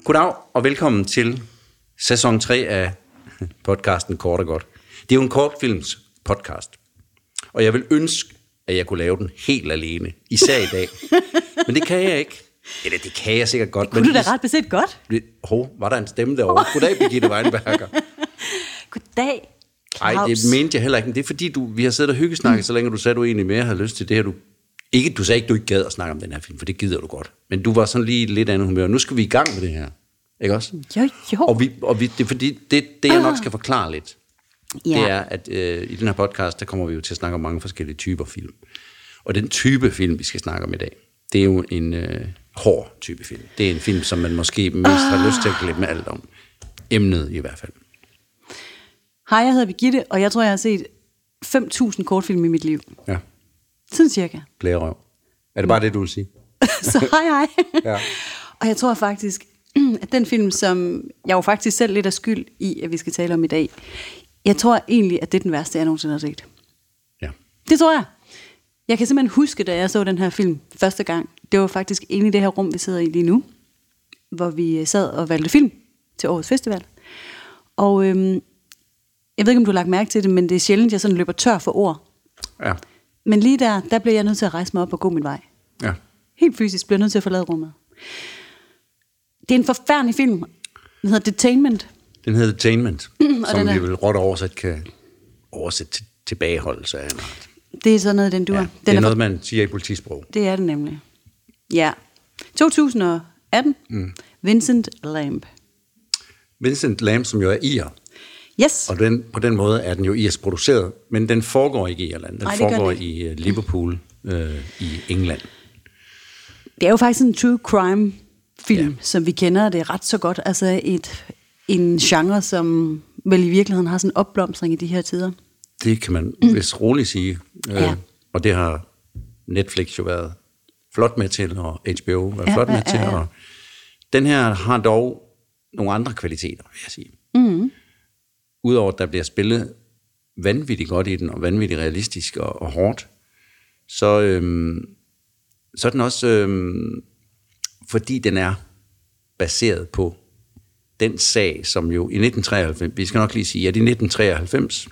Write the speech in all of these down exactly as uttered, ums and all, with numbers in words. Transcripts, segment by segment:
Goddag og velkommen til sæson tre af podcasten Kort og Godt. Det er jo en kortfilms podcast, og jeg vil ønske, at jeg kunne lave den helt alene, især i dag. Men det kan jeg ikke. Eller det kan jeg sikkert godt. Det kunne men du da ret beset godt. Hov, var der en stemme derovre? Goddag, Birgitte Weinberger. Goddag, Claus. Nej, det mente jeg heller ikke. Men det er fordi, du, vi har siddet og hyggesnakket, mm. så længe du sagde, du egentlig mere havde lyst til det her. Du, ikke, du sagde ikke, du ikke gad at snakke om den her film, for det gider du godt. Men du var sådan lige lidt andet humør. Nu skal vi i gang med det her. Ikke også? Jo, jo. Og, vi, og vi, det er fordi, det, det jeg nok skal forklare lidt, ja. det er, at øh, i den her podcast, der kommer vi jo til at snakke om mange forskellige typer film. Og den type film, vi skal snakke om i dag, det er jo en øh, hård type film. Det er en film, som man måske mest ah. har lyst til at glemme alt om. Emnet i hvert fald. Hej, jeg hedder Birgitte, og jeg tror, jeg har set fem tusind kortfilm i mit liv. Ja. Sådan cirka. Blærerøv. Er det bare det, du vil sige? Så hej, hej. Ja. Og jeg tror faktisk, at den film, som jeg jo faktisk selv lidt er skyld i, at vi skal tale om i dag, jeg tror egentlig, at det er den værste, jeg nogensinde har set. Ja. Det tror jeg. Jeg kan simpelthen huske, da jeg så den her film første gang. Det var faktisk inde i det her rum, vi sidder i lige nu, hvor vi sad og valgte film til årets festival. Og øhm, jeg ved ikke, om du har lagt mærke til det, men det er sjældent, jeg sådan løber tør for ord. Ja. Men lige der, der blev jeg nødt til at rejse mig op og gå min vej. Ja. Helt fysisk blev jeg nødt til at forlade rummet. Det er en forfærdelig film. Den hedder Detainment. Den hedder Detainment, mm, som er... vi vel råt oversat kan oversætte til tilbageholdelse af en art. Det er sådan noget, den du ja, den det er, er noget, for... man siger i politisprog. Det er det nemlig. Ja. to tusind og atten. Mm. Vincent Lamb. Vincent Lamb, som jo er irer. Yes. Og den, på den måde er den jo irsk produceret, men den foregår ikke i Irland. Den Ej, foregår i uh, Liverpool øh, i England. Det er jo faktisk en true crime film, ja. Som vi kender det ret så godt. Altså et, en genre, som vel i virkeligheden har sådan en opblomstring i de her tider. Det kan man mm. vist roligt sige. Ja. Øh, og det har Netflix jo været flot med til, og H B O været ja, flot med ja, til. ja, ja. Og den her har dog nogle andre kvaliteter, vil jeg sige. Mm. Udover at der bliver spillet vanvittigt godt i den, og vanvittigt realistisk og, og hårdt, så, øhm, så er den også, øhm, fordi den er baseret på den sag, som jo i nitten treoghalvfems, vi skal nok lige sige, at i nitten treoghalvfems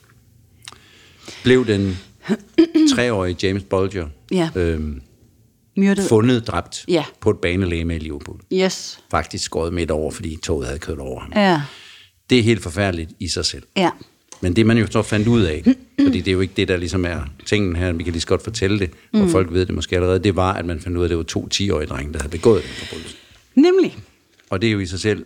blev den treårige James Bulger ja. øhm, Myrdet. fundet dræbt ja. på et banelegeme i Liverpool. Yes. Faktisk skåret midt over, fordi toget havde kørt over ham. Ja. Det er helt forfærdeligt i sig selv. Ja. Men det man jo så fandt ud af, fordi det er jo ikke det, der ligesom er tingen her, vi kan lige så godt fortælle det, og mm. folk ved det måske allerede, det var, at man fandt ud af, at det var to ti-årige drenge, der havde begået den forbrydelse. Nemlig. Og det er jo i sig selv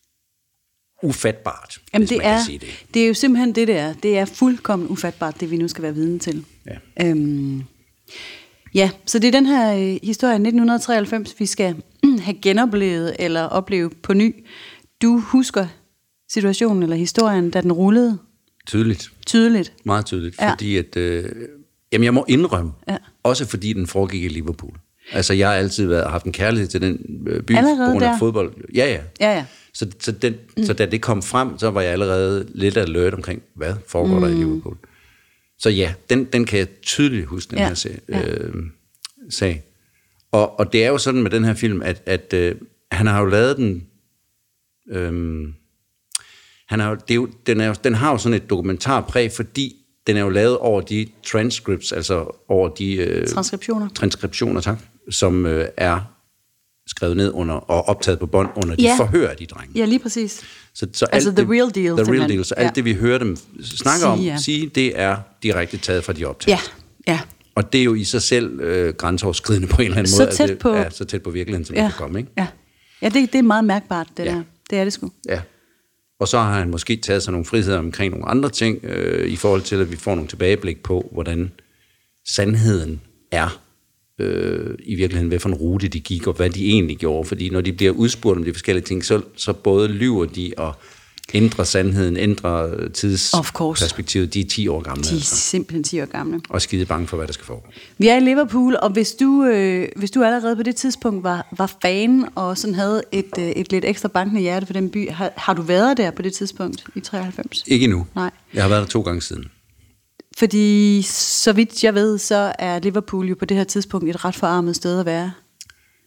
ufatbart, Jamen, hvis det man er, kan sige det. Det er jo simpelthen det, det er. Det er fuldkommen ufatbart, det vi nu skal være viden til. Ja. Øhm, ja, så det er den her øh, historie i nitten treoghalvfems, vi skal have genoplevet eller opleve på ny. Du husker situationen eller historien, da den rullede? Tydeligt. Tydeligt. Meget tydeligt, ja. fordi at, øh, jamen jeg må indrømme, ja. Også fordi den foregik i Liverpool. Altså jeg har altid været, haft en kærlighed til den øh, by, allerede på grund af der? fodbold. Ja, ja. ja, ja. Så, så, den, mm. så da det kom frem, så var jeg allerede lidt alert omkring, hvad foregår mm. der i Liverpool. Så ja, den, den kan jeg tydeligt huske, den ja. her sag. Øh, sag. Og, og det er jo sådan med den her film, at, at øh, han har jo lavet den... Øh, han har, det er jo, den, er jo, den har jo sådan et dokumentarpræg, fordi den er jo lavet over de transcripts, altså over de... Øh, transkriptioner. Transkriptioner, tak, som øh, er skrevet ned under og optaget på bånd under de ja. forhør af de drenge. Ja, lige præcis. Så, så altså alt the det, real deal. The real deal. Så alt ja. det, vi hører dem snakke sige, om, ja. sige, det er direkte taget fra de optagelser. Ja, ja. Og det er jo i sig selv øh, grænseoverskridende på en eller anden så måde. Tæt det, på, ja, så tæt på virkeligheden, som ja. det kan komme, ikke? Ja, ja det, det er meget mærkbart, det ja. der. Det er det sgu. Ja. Og så har han måske taget sig nogle friheder omkring nogle andre ting, øh, i forhold til, at vi får nogle tilbageblik på, hvordan sandheden er øh, i virkeligheden, hvad for en rute de gik, og hvad de egentlig gjorde. Fordi når de bliver udspurgt om de forskellige ting, så, så både lyver de og ændrer sandheden, ændrer tidsperspektivet. De er ti år gamle. De er altså. simpelthen ti år gamle. Og skide bange for, hvad der skal foregå. Vi er i Liverpool, og hvis du, øh, hvis du allerede på det tidspunkt var, var fan, og sådan havde et, øh, et lidt ekstra bankende hjerte for den by, har, har du været der på det tidspunkt i treoghalvfems? Ikke endnu. Nej. Jeg har været der to gange siden. Fordi så vidt jeg ved, så er Liverpool jo på det her tidspunkt et ret forarmet sted at være.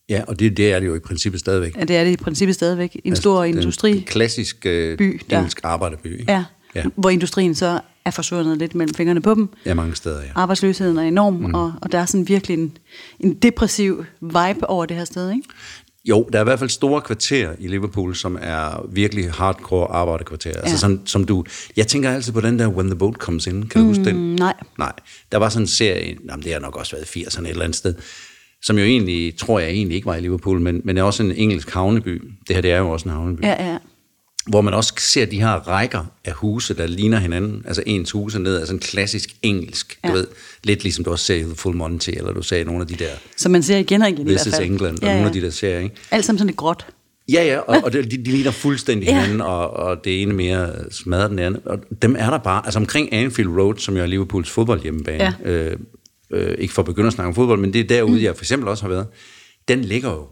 Ja, og det, det er det jo i princippet stadigvæk. Ja, det er det i princippet stadigvæk. En altså, stor industri. En klassisk øh, by, engelsk arbejderby. Ikke? Ja, ja, hvor industrien så er forsvundet lidt mellem fingrene på dem. Ja, mange steder, ja. Arbejdsløsheden er enorm, mm. og, og der er sådan virkelig en, en depressiv vibe over det her sted, ikke? Jo, der er i hvert fald store kvarterer i Liverpool, som er virkelig hardcore arbejderkvarterer. Ja. Altså sådan, som du... Jeg tænker altid på den der When the Boat Comes In. Kan du mm, huske den? Nej. Nej. Der var sådan en serie, jamen det har nok også været firserne et eller andet sted, som jo egentlig, tror jeg egentlig ikke var i Liverpool, men, men er også en engelsk havneby. Det her, det er jo også en havneby. Ja, ja. Hvor man også ser de her rækker af huse, der ligner hinanden. Altså ens huse ned er sådan klassisk engelsk. Ja. Du ved, lidt ligesom du også ser i The Full Monty, eller du ser nogle af de der... Som man ser igen og igen i hvert fald. This is England, og ja, ja. nogle af de der serier, ikke? Alt sammen sådan lidt gråt. Ja, ja, og, og de, de ligner fuldstændig ja. hinanden, og, og det ene mere smadrer den anden. Og dem er der bare, altså omkring Anfield Road, som jo er Liverpools fodboldhjemmebane, ja. øh, øh, ikke for at begynde at snakke om fodbold, men det er derude, mm. jeg for eksempel også har været, den ligger jo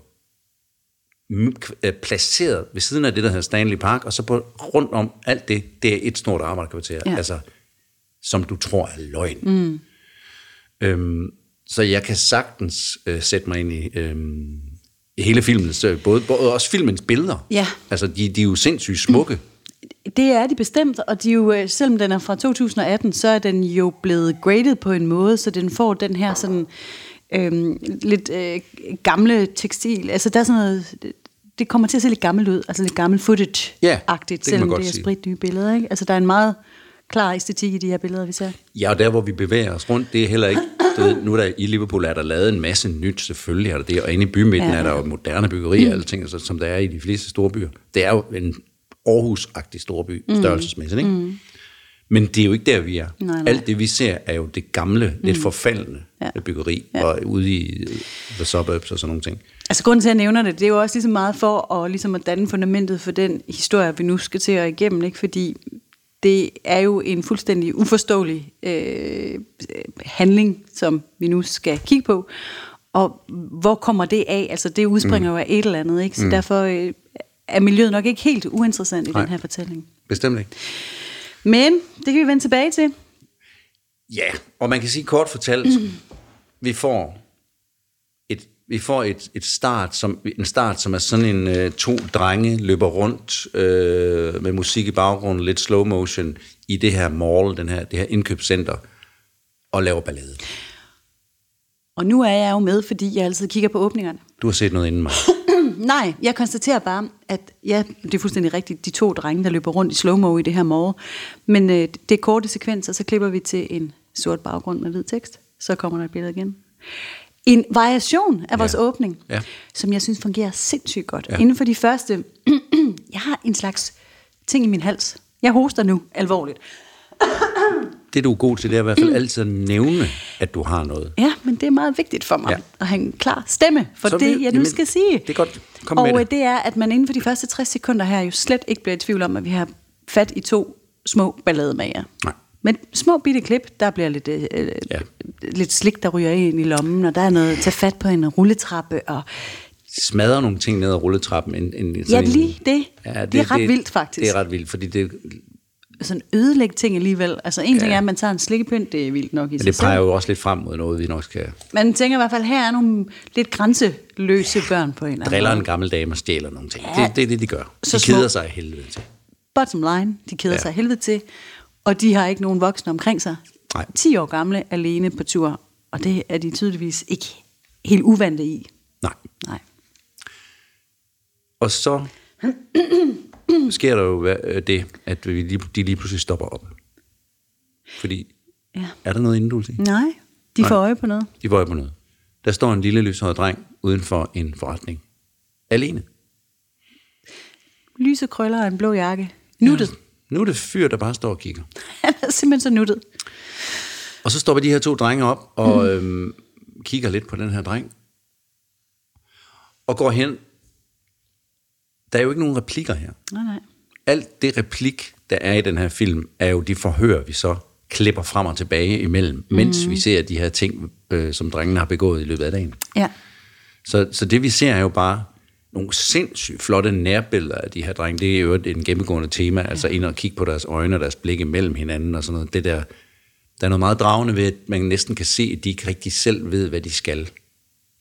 placeret ved siden af det, der hedder Stanley Park, og så på, rundt om alt det, det er et stort arbejderkvarter, ja. altså, som du tror er løgn. Mm. Øhm, så jeg kan sagtens øh, sætte mig ind i øhm, hele filmens, øh, både, både også filmens billeder. Ja. Altså, de, de er jo sindssygt smukke. Det er de bestemt, og de er jo, selvom den er fra to tusind atten, så er den jo blevet graded på en måde, så den får den her sådan øhm, lidt øh, gamle tekstil. Altså, der er sådan noget... Det kommer til at se lidt gammelt ud, altså lidt gammel footage-agtigt, ja, selvom det er sprit nye billeder, ikke? Altså, der er en meget klar æstetik i de her billeder, vi ser. Ja, og der, hvor vi bevæger os rundt, det er heller ikke... Du ved, nu der i Liverpool er der lavet en masse nyt, selvfølgelig er der det, og inde i bymidten ja. er der jo moderne byggeri, mm. alle ting, altså, som der er i de fleste store byer. Det er jo en Aarhus-agtig storby, mm. størrelsesmæssigt, ikke? Mm. Men det er jo ikke der, vi er. Nej, nej. Alt det, vi ser, er jo det gamle, mm. lidt forfaldende ja. byggeri, ja. og ude i the suburbs og sådan nogle ting. Altså grunden til, at jeg nævner det, det er jo også ligesom meget for at, ligesom at danne fundamentet for den historie, vi nu skal til at igennem, ikke? Fordi det er jo en fuldstændig uforståelig øh, handling, som vi nu skal kigge på. Og hvor kommer det af? Altså det udspringer mm. jo af et eller andet, ikke? Så mm. derfor øh, er miljøet nok ikke helt uinteressant i Nej. den her fortælling. Bestemt ikke. Men det kan vi vende tilbage til. Ja, og man kan sige kort fortalt, mm. vi får et vi får et, et start som en start som er sådan en øh, to drenge løber rundt øh, med musik i baggrunden, lidt slow motion i det her mall, den her det her indkøbscenter og laver ballade. Og nu er jeg jo med, fordi jeg altid kigger på åbningerne. Du har set noget inden mig. Nej, jeg konstaterer bare, at ja, det er fuldstændig rigtigt, de to drenge, der løber rundt i slow-mo i det her mall. Men øh, det er korte sekvenser, så klipper vi til en sort baggrund med hvid tekst. Så kommer der et billede igen. En variation af vores ja. åbning, ja. som jeg synes fungerer sindssygt godt. Ja. Inden for de første, jeg har en slags ting i min hals. Jeg hoster nu, alvorligt. Det du er god til, det er i hvert fald altid at nævne, at du har noget. Ja, men det er meget vigtigt for mig ja. at have en klar stemme for så det, jeg nu jamen, skal sige. Det er godt. Kom og med det. det er, at man inden for de første tres sekunder her jo slet ikke bliver i tvivl om, at vi har fat i to små ballademager. Nej. Men små bitte klip, der bliver lidt, øh, ja. lidt slik, der ryger ind i lommen, og der er noget at tage fat på en rulletrappe, og smadrer nogle ting ned ad rulletrappen. En, en, ja, lige det. Ja, det. Det er ret det, vildt, faktisk. Det er ret vildt, fordi det sådan ødelægge ting alligevel. Altså en ja. ting er, at man tager en slikkepynt, det er vildt nok i sig selv. Men det peger jo også lidt frem mod noget, vi nok skal... Man tænker i hvert fald, her er nogle lidt grænseløse børn på en eller anden driller en gammel dame og stjæler nogle ting. Ja. Det, det er det, de gør. De så keder små. sig helvede til. Bottom line, de keder ja. sig helvede til, og de har ikke nogen voksne omkring sig. Nej. ti år gamle, alene på tur, og det er de tydeligvis ikke helt uvante i. Nej. Nej. Og så sker der jo det, at de lige pludselig stopper op. Fordi, ja. er der noget inden, du vil sige? Nej, de Nej. får øje på noget. De får øje på noget. Der står en lille lyshåret dreng uden for en forretning. Alene. Lyse krøller og en blå jakke. Nuttet. Ja, nu er det fyr, der bare står og kigger. Han er simpelthen så nuttet. Og så stopper de her to drenge op og mm. øhm, kigger lidt på den her dreng. Og går hen. Der er jo ikke nogen replikker her. Nej, nej. Alt det replik, der er i den her film, er jo de forhør, vi så klipper frem og tilbage imellem, mm. mens vi ser de her ting, øh, som drengene har begået i løbet af dagen. Ja. Så, så det vi ser er jo bare nogle sindssygt flotte nærbilleder af de her drenge. Det er jo et gennemgående tema, ja. altså ind og kigge på deres øjne og deres blik imellem hinanden og sådan noget. Det der, der er noget meget dragende ved, at man næsten kan se, at de ikke rigtig selv ved, hvad de skal.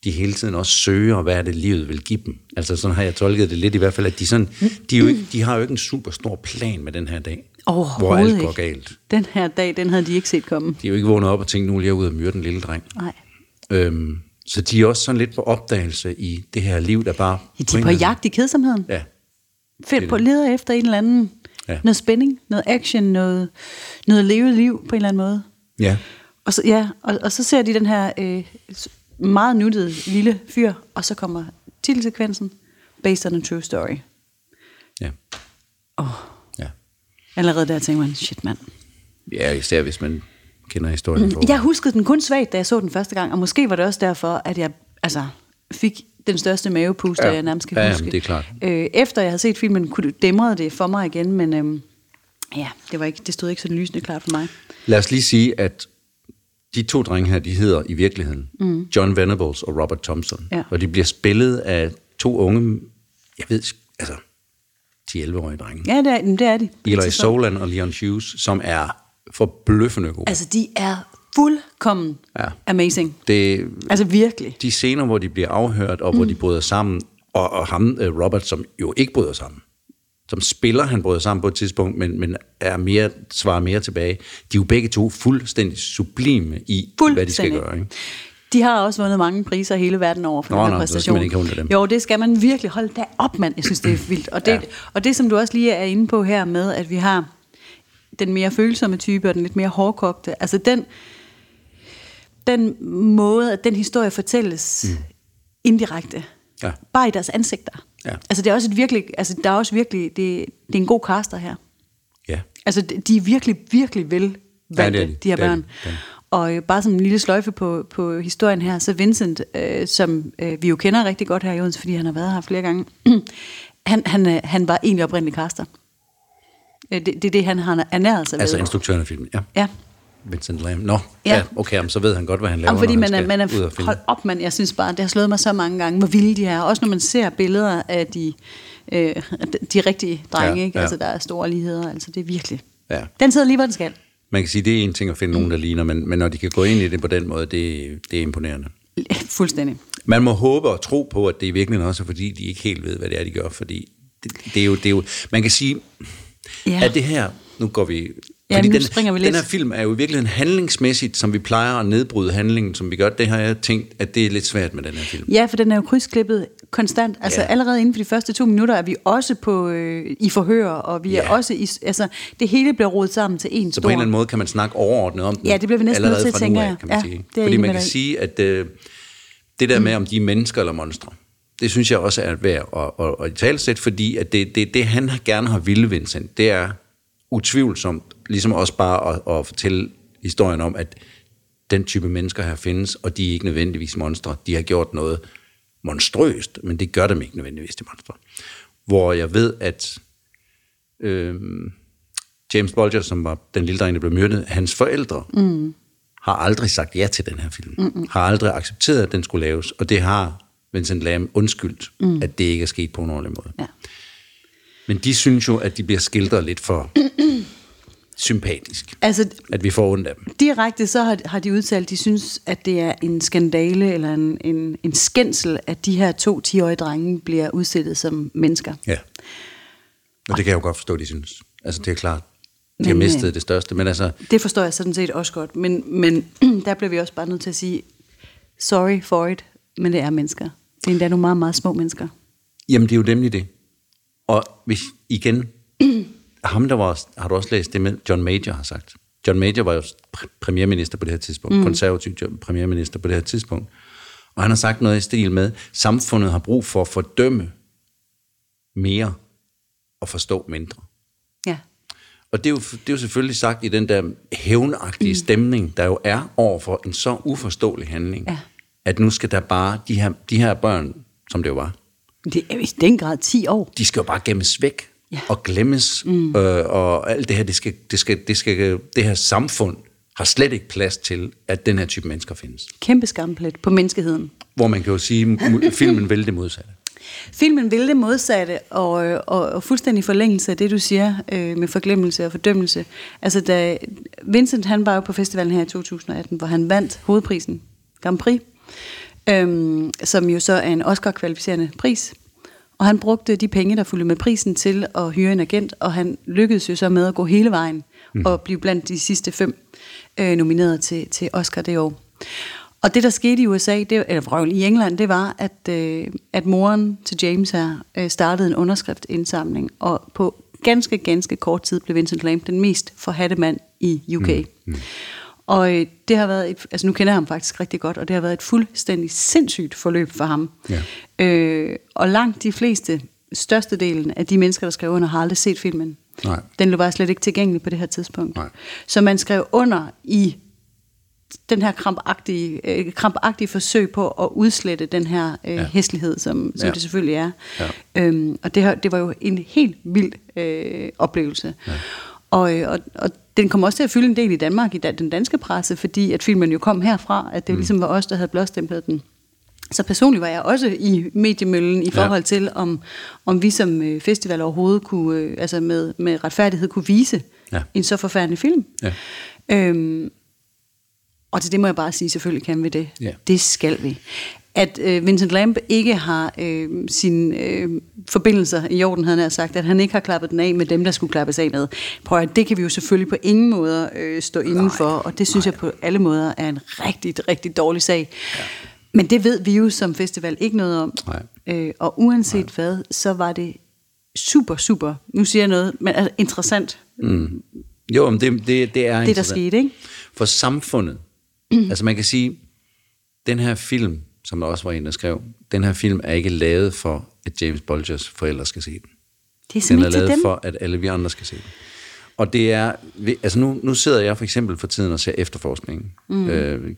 de hele tiden også søger, hvad er det, livet vil give dem. Altså sådan har jeg tolket det lidt i hvert fald, at de, sådan, de, jo ikke, de har jo ikke en super stor plan med den her dag, hvor alt går galt. Den her dag, den havde de ikke set komme. De er jo ikke vågnet op og tænkt, nu vil jeg ud og myrde den lille dreng. Nej. Øhm, så de er også sådan lidt på opdagelse i det her liv, der bare... Ja, de er på jagt i kedsomheden. Ja. Find på leder efter en eller anden, ja. Noget spænding, noget action, noget, noget levet liv på en eller anden måde. Ja. Og så, ja, og, og så ser de den her øh, meget nuttede lille fyr, og så kommer titelsekvensen, Based on a True Story. Ja. Åh. Oh. Ja. Allerede der tænker man, shit mand. Ja, især hvis man kender historien. Mm. Jeg huskede den kun svagt, da jeg så den første gang, og måske var det også derfor, at jeg altså, fik den største mavepuster, ja. Jeg nærmest kan ja, huske. Ja, det er klart. Øh, efter jeg havde set filmen, kunne det dæmrede det for mig igen, men øhm, ja, det, var ikke, det stod ikke så lysende klart for mig. Lad os lige sige, at de to drenge her, de hedder i virkeligheden mm. John Venables og Robert Thompson. Ja. Og de bliver spillet af to unge, jeg ved, altså ti-elleve-årige drenge. Ja, det er, det er de. Eli Solan og Leon Hughes, som er forbløffende gode. Altså, de er fuldkommen ja. Amazing. Det, altså virkelig. De scener, hvor de bliver afhørt, og hvor mm. de bryder sammen, og, og ham, Robert, som jo ikke bryder sammen, som spiller, han bryder sammen på et tidspunkt, men, men er mere, svarer mere tilbage. De er jo begge to fuldstændig sublime i, hvad de skal gøre. Ikke? De har også vundet mange priser hele verden over for Nå, den her nej, præstation. Så skal man ikke have dem. Jo, det skal man virkelig holde da op, mand. Jeg synes, det er vildt. Og det, ja. og det, som du også lige er inde på her med, at vi har den mere følsomme type, og den lidt mere hårdkogte, altså den, den måde, at den historie fortælles mm. indirekte, ja. Bare i deres ansigter. Ja. Altså det er også et virkelig, altså der er også virkelig, det, det er en god caster her. Ja. Altså de er virkelig, virkelig vel valgte, ja, de, de her børn. Det det. Og øh, bare som en lille sløjfe på, på historien her, så Vincent, øh, som øh, vi jo kender rigtig godt her i Odense, fordi han har været her flere gange, han, han, øh, han var egentlig oprindelig caster. Det, det er det, han har ernæret sig ved. Altså instruktøren af filmen, ja. Ja. Vincent Lam. Nå, ja. Ja, okay, så ved han godt, hvad han laver, Jamen, fordi når man han er, man er, ud af filmen. Hold op, man. Jeg synes bare, det har slået mig så mange gange, hvor vilde de er. Også når man ser billeder af de, øh, de rigtige drenge, ja, ikke? Altså, ja. Der er store ligheder. Altså, det er virkelig. Ja. Den sidder lige, hvor den skal. Man kan sige, det er en ting at finde mm. nogen, der ligner, men, men når de kan gå ind i det på den måde, det, det er imponerende. Fuldstændig. Man må håbe og tro på, at det er virkelig også, fordi de ikke helt ved, hvad det er, de gør, fordi det, det, er, jo, det er jo... Man kan sige, ja. At det her... Nu går vi... Ja, fordi nu den, springer vi lidt. Den her film er jo i virkeligheden handlingsmæssigt, som vi plejer at nedbryde handlingen, som vi gør. Det har jeg tænkt, at det er lidt svært med den her film. Ja, for den er jo krydsklippet konstant. Altså ja. Allerede inden for de første to minutter er vi også på øh, i forhør, og vi ja. Er også i... Altså, det hele bliver rodet sammen til en Så stor... på en eller anden måde kan man snakke overordnet om den. Ja, det bliver vi næsten nødt til at tænke af, kan man ja, sige. Fordi man kan dig. Sige, at øh, det der med, om de er mennesker eller monstre, det synes jeg også er værd at, at, at talsætte, fordi at det, det, det, han gerne har ville, Vincent, det er utvivlsomt, ligesom også bare at, at fortælle historien om, at den type mennesker her findes, og de er ikke nødvendigvis monstre. De har gjort noget monstrøst, men det gør dem ikke nødvendigvis til monstre. Hvor jeg ved, at øh, James Bulger, som var den lille dreng, der blev myrdet, hans forældre mm. har aldrig sagt ja til den her film. Mm-mm. Har aldrig accepteret, at den skulle laves, og det har Vincent Lam undskyldt, mm. at det ikke er sket på en ordentlig måde. Ja. Men de synes jo, at de bliver skildret lidt for sympatisk. Altså, at vi får ondt af dem. Direkte så har, har de udtalt, at de synes, at det er en skandale eller en, en, en skændsel, at de her to ti-årige drenge bliver udstillet som mennesker. Ja. Og det kan jeg jo godt forstå, de synes. Altså, det er klart. De har mistet det største. Men altså, det forstår jeg sådan set også godt. Men, men der bliver vi også bare nødt til at sige, sorry for it, men det er mennesker. Det er endda nogle meget, meget små mennesker. Jamen, det er jo nemlig det. Og hvis igen, ham der var, har du også læst det med, John Major har sagt. John Major var jo premierminister på det her tidspunkt, mm. konservativ premierminister på det her tidspunkt. Og han har sagt noget i stil med, samfundet har brug for at fordømme mere og forstå mindre. Ja. Og det er, jo, det er jo selvfølgelig sagt i den der hævnagtige mm. stemning, der jo er over for en så uforståelig handling, ja. At nu skal der bare, de her, de her børn, som det jo var, det er i den grad ti år. De skal jo bare gemmes væk ja. Og glemmes, mm. øh, og alt det her, det skal, det skal, det skal, det her samfund har slet ikke plads til, at den her type mennesker findes. Kæmpe skamplet på menneskeheden. Hvor man kan jo sige, at filmen vil det modsatte. Filmen vil det modsatte, og, og, og fuldstændig forlængelse af det, du siger, øh, med forglemmelse og fordømmelse. Altså, da Vincent, han var jo på festivalen her i to tusind og atten, hvor han vandt hovedprisen, Grand Prix. øhm, som jo så er en Oscar-kvalificerende pris. Og han brugte de penge, der fulgte med prisen, til at hyre en agent, og han lykkedes jo så med at gå hele vejen mm. og blive blandt de sidste fem øh, nomineret til, til Oscar det år. Og det, der skete i U S A, det, eller i England, det var, at, øh, at moren til James her øh, startede en underskriftindsamling, og på ganske, ganske kort tid blev Vincent Lamb den mest forhadte mand i U K. Mm. Mm. Og øh, det har været, et, altså nu kender jeg ham faktisk rigtig godt, og det har været et fuldstændig sindssygt forløb for ham. Ja. Øh, og langt de fleste, størstedelen af de mennesker, der skrev under, har aldrig set filmen. Nej. Den var slet ikke tilgængelig på det her tidspunkt. Nej. Så man skrev under i den her krampagtige, øh, krampagtige forsøg på at udslette den her øh, ja. hæslighed, som, som ja. det selvfølgelig er. Ja. Øhm, og det, her, det var jo en helt vild øh, oplevelse. Ja. Og, og, og den kom også til at fylde en del i Danmark, i den danske presse, fordi at filmen jo kom herfra, at det mm. ligesom var os, der havde blåstemplet den. Så personligt var jeg også i mediemøllen i forhold ja. til, om, om vi som festival overhovedet kunne, altså med, med retfærdighed kunne vise ja. en så forfærdelig film. Ja. Øhm, og til det må jeg bare sige, selvfølgelig kan vi det. Ja. Det skal vi. At øh, Vincent Lamb ikke har øh, sine øh, forbindelser i orden, havde han sagt, at han ikke har klappet den af med dem, der skulle klappes af med. Prøv at det kan vi jo selvfølgelig på ingen måde øh, stå inden for, og det synes nej. jeg på alle måder er en rigtig, rigtig dårlig sag. Ja. Men det ved vi jo som festival ikke noget om. Øh, og uanset nej. hvad, så var det super, super, nu siger jeg noget, men altså interessant. Mm. Jo, men det, det, det er det, der skete, ikke? For samfundet. Mm. Altså man kan sige, den her film, som der også var en, der skrev, den her film er ikke lavet for, at James Bulgers forældre skal se den. Det er den er lavet dem. for, at alle vi andre skal se den. Og det er, altså nu, nu sidder jeg for eksempel for tiden og ser Efterforskningen. Mm. Øh,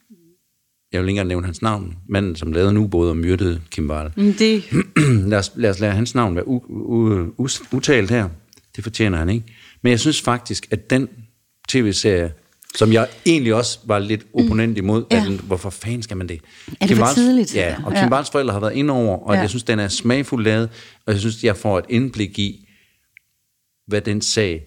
jeg vil ikke engang nævne hans navn. Manden, som lavede nu både og myrdede Kim Wall. Mm, det... lad, os, lad os lade hans navn være u, u, u, utalt her. Det fortjener han ikke. Men jeg synes faktisk, at den tv-serie, som jeg egentlig også var lidt opponent imod, mm. ja. den, hvorfor fanden skal man det? Er det for tidligt? Ja, og Kim Walls forældre har været inde over, og ja. jeg synes, den er smagfuld lavet, og jeg synes, jeg får et indblik i, hvad den sag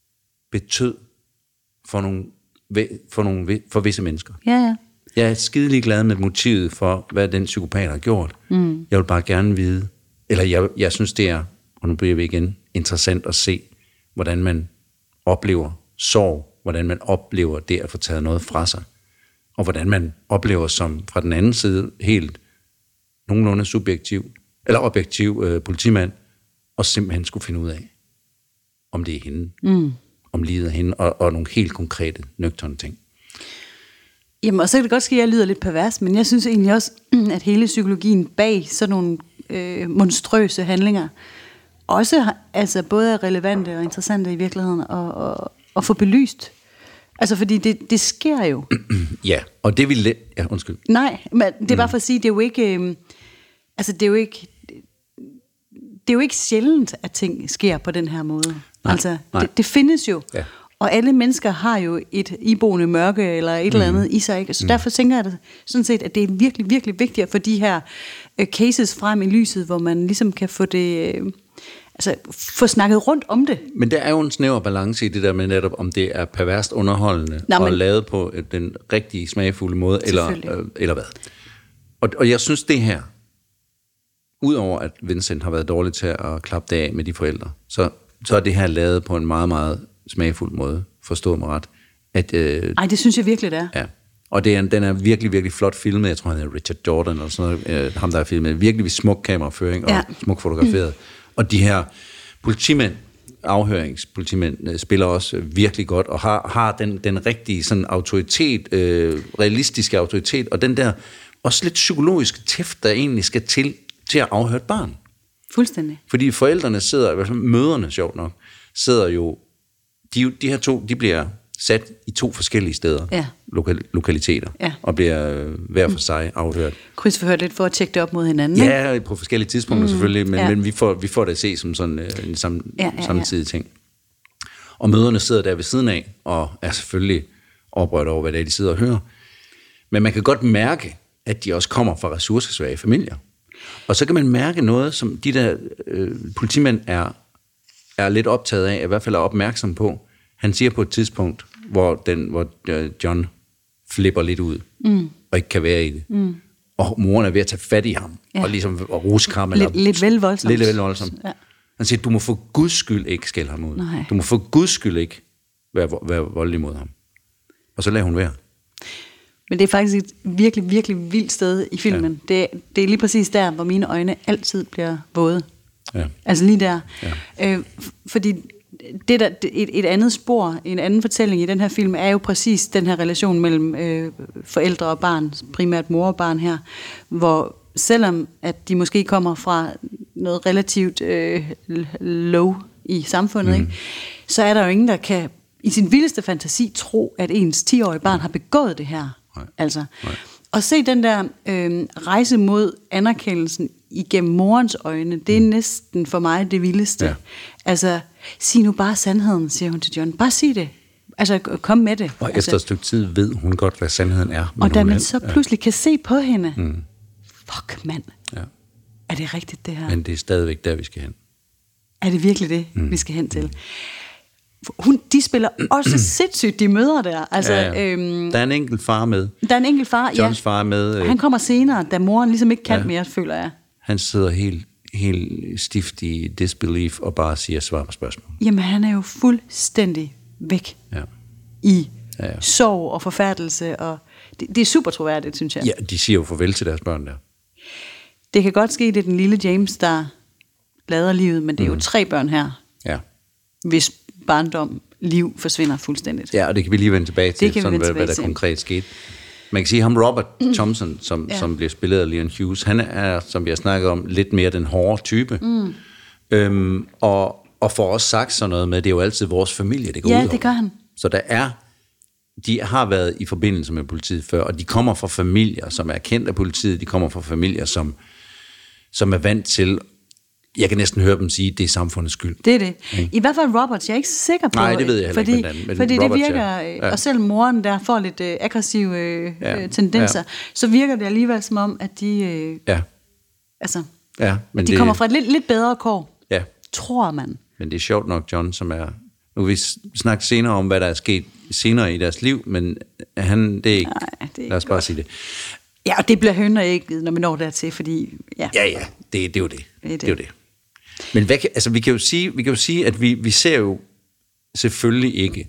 betød for nogle, for nogle for visse mennesker. Ja, ja. Jeg er skidelig glad med motivet for, hvad den psykopat har gjort. Mm. Jeg vil bare gerne vide, eller jeg, jeg synes, det er, og nu bliver vi igen, interessant at se, hvordan man oplever sorg, hvordan man oplever det at få taget noget fra sig, og hvordan man oplever som fra den anden side helt nogenlunde subjektiv, eller objektiv øh, politimand, og simpelthen skulle finde ud af, om det er hende, mm. om livet er hende, og, og nogle helt konkrete, nøgterne ting. Jamen, og så kan det godt ske, at jeg lyder lidt pervers, men jeg synes egentlig også, at hele psykologien bag sådan nogle øh, monstrøse handlinger, også altså både er relevante og interessante i virkeligheden, og, og, og få belyst. Altså, fordi det, det sker jo. Ja, og det vil... Ja, undskyld. Nej, men det er bare for at sige, det er jo ikke... Øh, altså, det er jo ikke... Det er jo ikke sjældent, at ting sker på den her måde. Nej, altså, nej. Det, det findes jo. Ja. Og alle mennesker har jo et iboende mørke eller et mm. eller andet i sig. Ikke? Så mm. derfor tænker jeg sådan set, at det er virkelig, virkelig vigtigt at få de her uh, cases frem i lyset, hvor man ligesom kan få det... Uh, altså, få snakket rundt om det. Men der er jo en snæver balance i det der med netop, om det er perverst underholdende Nå, men... og lavet på den rigtige smagfulde måde, eller, øh, eller hvad. Og, og jeg synes det her, udover at Vincent har været dårlig til at klappe det af med de forældre, så, så er det her lavet på en meget, meget smagfuld måde, forstå mig ret. At, øh, Ej, det synes jeg virkelig, det er. Ja. Og det er, den er virkelig, virkelig flot filmet. Jeg tror, han hedder Richard Jordan, eller sådan noget, øh, ham der er filmet. Virkelig smuk kameraføring og ja. smuk fotograferet. Mm. Og de her politimænd, afhøringspolitimænd, spiller også virkelig godt, og har, har den, den rigtige sådan autoritet, øh, realistiske autoritet, og den der også lidt psykologiske tæft, der egentlig skal til, til at afhøre et barn. Fuldstændig. Fordi forældrene sidder, i hvert fald møderne, sjovt nok, sidder jo, de, de her to, de bliver sat i to forskellige steder, ja. lokal, lokaliteter, ja. og bliver øh, hver for sig afhørt. Krydsforhørt lidt for at tjekke det op mod hinanden, Ja, ikke? På forskellige tidspunkter mm, selvfølgelig, men, ja. men vi, får, vi får det at se som sådan øh, en sam, ja, ja, samtidig ja. ting. Og møderne sidder der ved siden af, og er selvfølgelig oprørt over, hvad det er, de sidder og hører. Men man kan godt mærke, at de også kommer fra ressourcesvage familier. Og så kan man mærke noget, som de der øh, politimænd er, er lidt optaget af, i hvert fald er opmærksom på. Han siger på et tidspunkt, hvor, den, hvor John flipper lidt ud, mm. og ikke kan være i det. Mm. og moren er ved at tage fat i ham, ja. og ligesom og ruske ham. Lidt, lidt vel voldsomt. Lidt vel voldsomt. Ja. Han siger, du må for Guds skyld ikke skælde ham ud. Nej. Du må for Guds skyld ikke være, være voldelig mod ham. Og så lader hun være. Men det er faktisk et virkelig, virkelig vildt sted i filmen. Ja. Det, det er lige præcis der, hvor mine øjne altid bliver våde. Ja. Altså lige der. Ja. Øh, fordi det der, et, et andet spor, en anden fortælling i den her film, er jo præcis den her relation mellem øh, forældre og barn, primært mor og barn her, hvor selvom at de måske kommer fra noget relativt øh, low i samfundet, mm. ikke, så er der jo ingen, der kan i sin vildeste fantasi tro, at ens ti-årige barn har begået det her. Nej. Altså. Nej. Og se den der øh, rejse mod anerkendelsen igennem morens øjne, det er mm. næsten for mig det vildeste. Ja. Altså, sig nu bare sandheden, siger hun til John. Bare sig det. Altså, kom med det. Og altså, efter et stykke tid ved hun godt, hvad sandheden er. Og da man så pludselig ja. kan se på hende, mm. fuck mand, ja. er det rigtigt det her? Men det er stadigvæk der, vi skal hen. Er det virkelig det, mm. vi skal hen til? Hun, de spiller også sindssygt, de møder der. Altså, ja, ja. Øhm, der er en enkelt far med. Der er en enkelt far, Johns ja. far er med. Øh, han kommer senere, da moren ligesom ikke kan ja. mere, føler jeg. Han sidder helt, helt stift i disbelief og bare siger svar på spørgsmål. Jamen, han er jo fuldstændig væk ja. i ja, ja. sorg og forfærdelse. Og det, det er super troværdigt, synes jeg. Ja, de siger jo farvel til deres børn der. Det kan godt ske, det er den lille James, der lader livet, men det er mm. jo tre børn her. Ja. Hvis barndom, liv forsvinder fuldstændigt. Ja, og det kan vi lige vende tilbage til, sådan, hvad, hvad der til. konkret skete. Man kan sige, ham Robert mm. Thompson, som, ja. som bliver spillet af Leon Hughes, han er, som vi har snakket om, lidt mere den hårde type. Mm. Øhm, og, og får også sagt sådan noget med, det er jo altid vores familie, det går ja, ud over. Ja, det gør han. Så der er, de har været i forbindelse med politiet før, og de kommer fra familier, som er kendt af politiet, de kommer fra familier, som, som er vant til. Jeg kan næsten høre dem sige, at det er samfundets skyld. Det er det. Okay. I hvert fald Roberts, jeg er ikke sikker på. Nej, det ved jeg heller fordi, ikke. Men, men fordi Roberts, det virker, ja. og selv moren der får lidt øh, aggressive øh, ja. tendenser, ja. så virker det alligevel som om, at de, øh, ja. altså, ja, men at de det, kommer fra et lidt, lidt bedre kår, ja. tror man. Men det er sjovt nok, John, som er... Nu vil vi snakke senere om, hvad der er sket senere i deres liv, men han, det er ikke... Nej, det er lad os bare godt. sige det. Ja, og det bliver hønner ikke, når vi når dertil, fordi... Ja, ja, ja det, det er jo det. Det er, det. Det er jo det. Men hvad kan, altså, vi kan jo sige, vi kan jo sige at vi, vi ser jo selvfølgelig ikke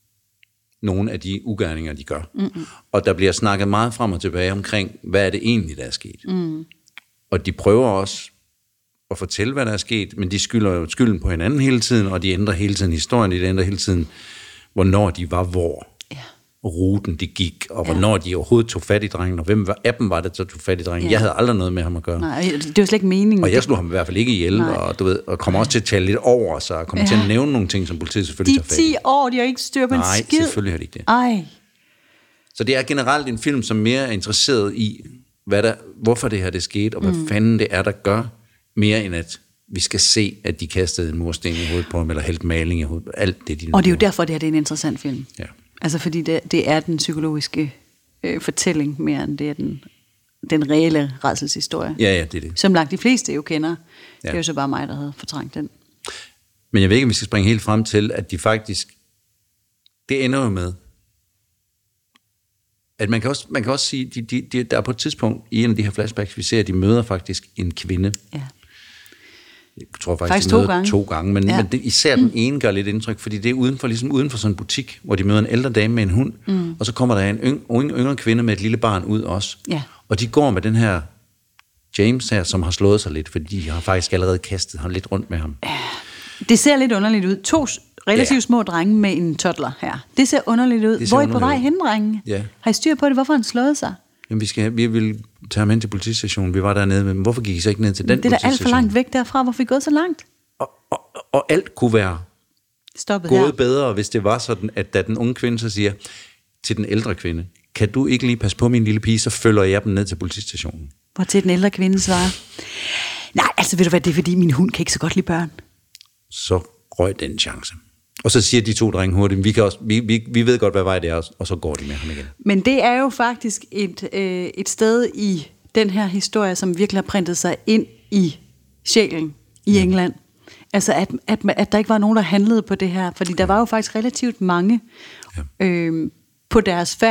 nogen af de ugerninger, de gør. Mm-mm. Og der bliver snakket meget frem og tilbage omkring, hvad er det egentlig, der er sket. Mm. Og de prøver også at fortælle, hvad der er sket, men de skylder jo skylden på hinanden hele tiden, og de ændrer hele tiden historien, de ændrer hele tiden, hvornår de var hvor. Ja. Ruten de gik, og ja. hvornår de overhovedet tog fat i drengen, og hvem af dem var det, der tog fat i drengen. Ja. Jeg havde aldrig noget med ham at gøre. Nej, det var slet ikke meningen. Og jeg slog ham i hvert fald ikke ihjel, og, du ved, og kom også til at tale lidt over, så jeg kom ja. til at nævne nogle ting, som politiet selvfølgelig tager fat i. De ti år, de har ikke styr på en skid. Nej, selvfølgelig har de ikke det. Ej. Så det er generelt en film, som mere er interesseret i, hvad der, hvorfor det her det skete, og hvad mm. fanden det er, der gør, mere end at vi skal se, at de kastede en mursten i hovedet på ham, eller hældt maling i hovedet på alt det, de Og det er jo derfor, det her det er en interessant film. Ja. Altså fordi det, det er den psykologiske øh, fortælling mere end det er den, den reelle rædselshistorie. Ja, ja, det er det. Som langt de fleste jo kender. Ja. Det er jo så bare mig, der havde fortrængt den. Men jeg ved ikke, om vi skal springe helt frem til, at de faktisk, det ender jo med, at man kan også, man kan også sige, de, de, de, der er på et tidspunkt i en af de her flashbacks, vi ser, at de møder faktisk en kvinde. Ja. Jeg tror faktisk, faktisk de møder to gange, to gange men, ja. men det, især den ene gør lidt indtryk, fordi det er uden for, ligesom uden for sådan en butik, hvor de møder en ældre dame med en hund, mm. og så kommer der en yng, yng, yngre kvinde med et lille barn ud også. Ja. Og de går med den her James her, som har slået sig lidt, fordi de har faktisk allerede kastet ham lidt rundt med ham. Ja. Det ser lidt underligt ud. To relativt ja. små drenge med en toddler her. Det ser underligt ud. Hvor er I på vej hen, drenge? Ja. Har I styr på det? Hvorfor har han slået sig? Jamen, vi, skal, vi vil tage ham hen til politistationen. Vi var dernede, men hvorfor gik I så ikke ned til den politistation? Det er da alt for langt væk derfra. Hvorfor er I gået så langt? Og, og, og alt kunne være stoppet gået her. bedre, hvis det var sådan, at da den unge kvinde så siger til den ældre kvinde, kan du ikke lige passe på min lille pige, så følger jeg dem ned til politistationen. Hvor til den ældre kvinde svarer, nej, altså ved du hvad, det er fordi min hund kan ikke så godt lide børn. Så røg den chance. Og så siger de to drenge hurtigt, vi, kan også, vi, vi, vi ved godt, hvad vej det er, og så går de med ham igen. Men det er jo faktisk et, øh, et sted i den her historie, som virkelig har printet sig ind i sjælen i ja. England. Altså, at, at, at der ikke var nogen, der handlede på det her. Fordi der var jo faktisk relativt mange ja. øh, på deres færd,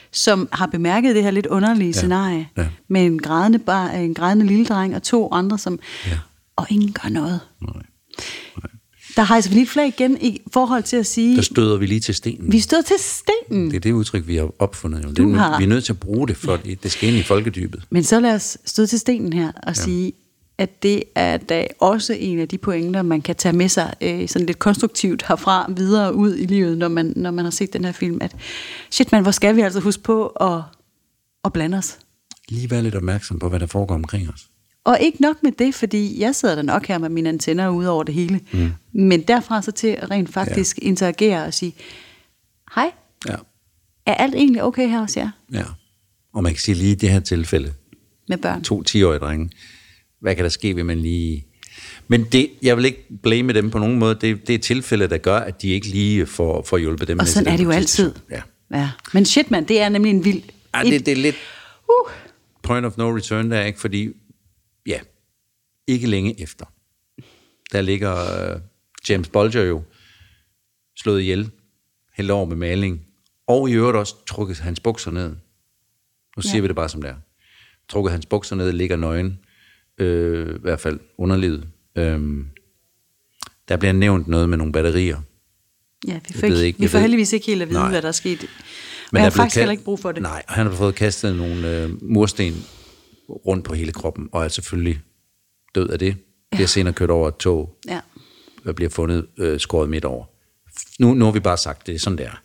som har bemærket det her lidt underlige Ja. scenarie, Ja. med en grædende, bar, en grædende lille dreng og to andre, som, Ja. og ingen gør noget. Nej. Nej. Der hejser vi lige et flag igen i forhold til at sige, Der støder vi lige til stenen. vi stod til stenen. Det er det udtryk, vi har opfundet. Jo. Det, Du er, har- Vi er nødt til at bruge det, for ja. det skal ind i folkedybet. Men så lad os stå til stenen her og ja. sige, at det er da også en af de pointer, man kan tage med sig øh, sådan lidt konstruktivt herfra videre ud i livet, når man, når man har set den her film, at shit man, hvor skal vi altså huske på at, at blande os. Lige være lidt opmærksom på, hvad der foregår omkring os. Og ikke nok med det, fordi jeg sidder der nok her med mine antenner ude over det hele, mm. men derfra så til at rent faktisk ja. interagere og sige, hej, Ja. er alt egentlig okay her hos jer Ja. Og man kan sige lige i det her tilfælde, med børn? to ti-årige drenge, hvad kan der ske, hvis man lige... Men det, jeg vil ikke blame dem på nogen måde. Det, det er tilfælde, der gør, at de ikke lige får, får hjulpet dem. Og sådan er det jo altid. Ja. Ja. Men shit mand, det er nemlig en vild... Ja, det, det er lidt Uh. point of no return der, ikke? Fordi, ja, ikke længe efter, der ligger uh, James Bulger jo slået ihjel, hældt over med maling, og i øvrigt også trukket hans bukser ned. Nu siger Ja. vi det bare som det er. Trukket hans bukser ned, ligger nøgen, øh, i hvert fald underlivet. Øhm, der bliver nævnt noget med nogle batterier. Ja, vi Jeg får, ved ikke, ikke- vi jeg får ved- heldigvis ikke helt at vide, Nej. hvad der er sket. Men der jeg har er blevet faktisk ka- heller ikke brug for det. Nej, han har fået kastet nogle øh, mursten rundt på hele kroppen, og er selvfølgelig død af det. Bliver senere kørt over et tog, Ja. og bliver fundet øh, skåret midt over. Nu, nu har vi bare sagt, det er sådan, det er.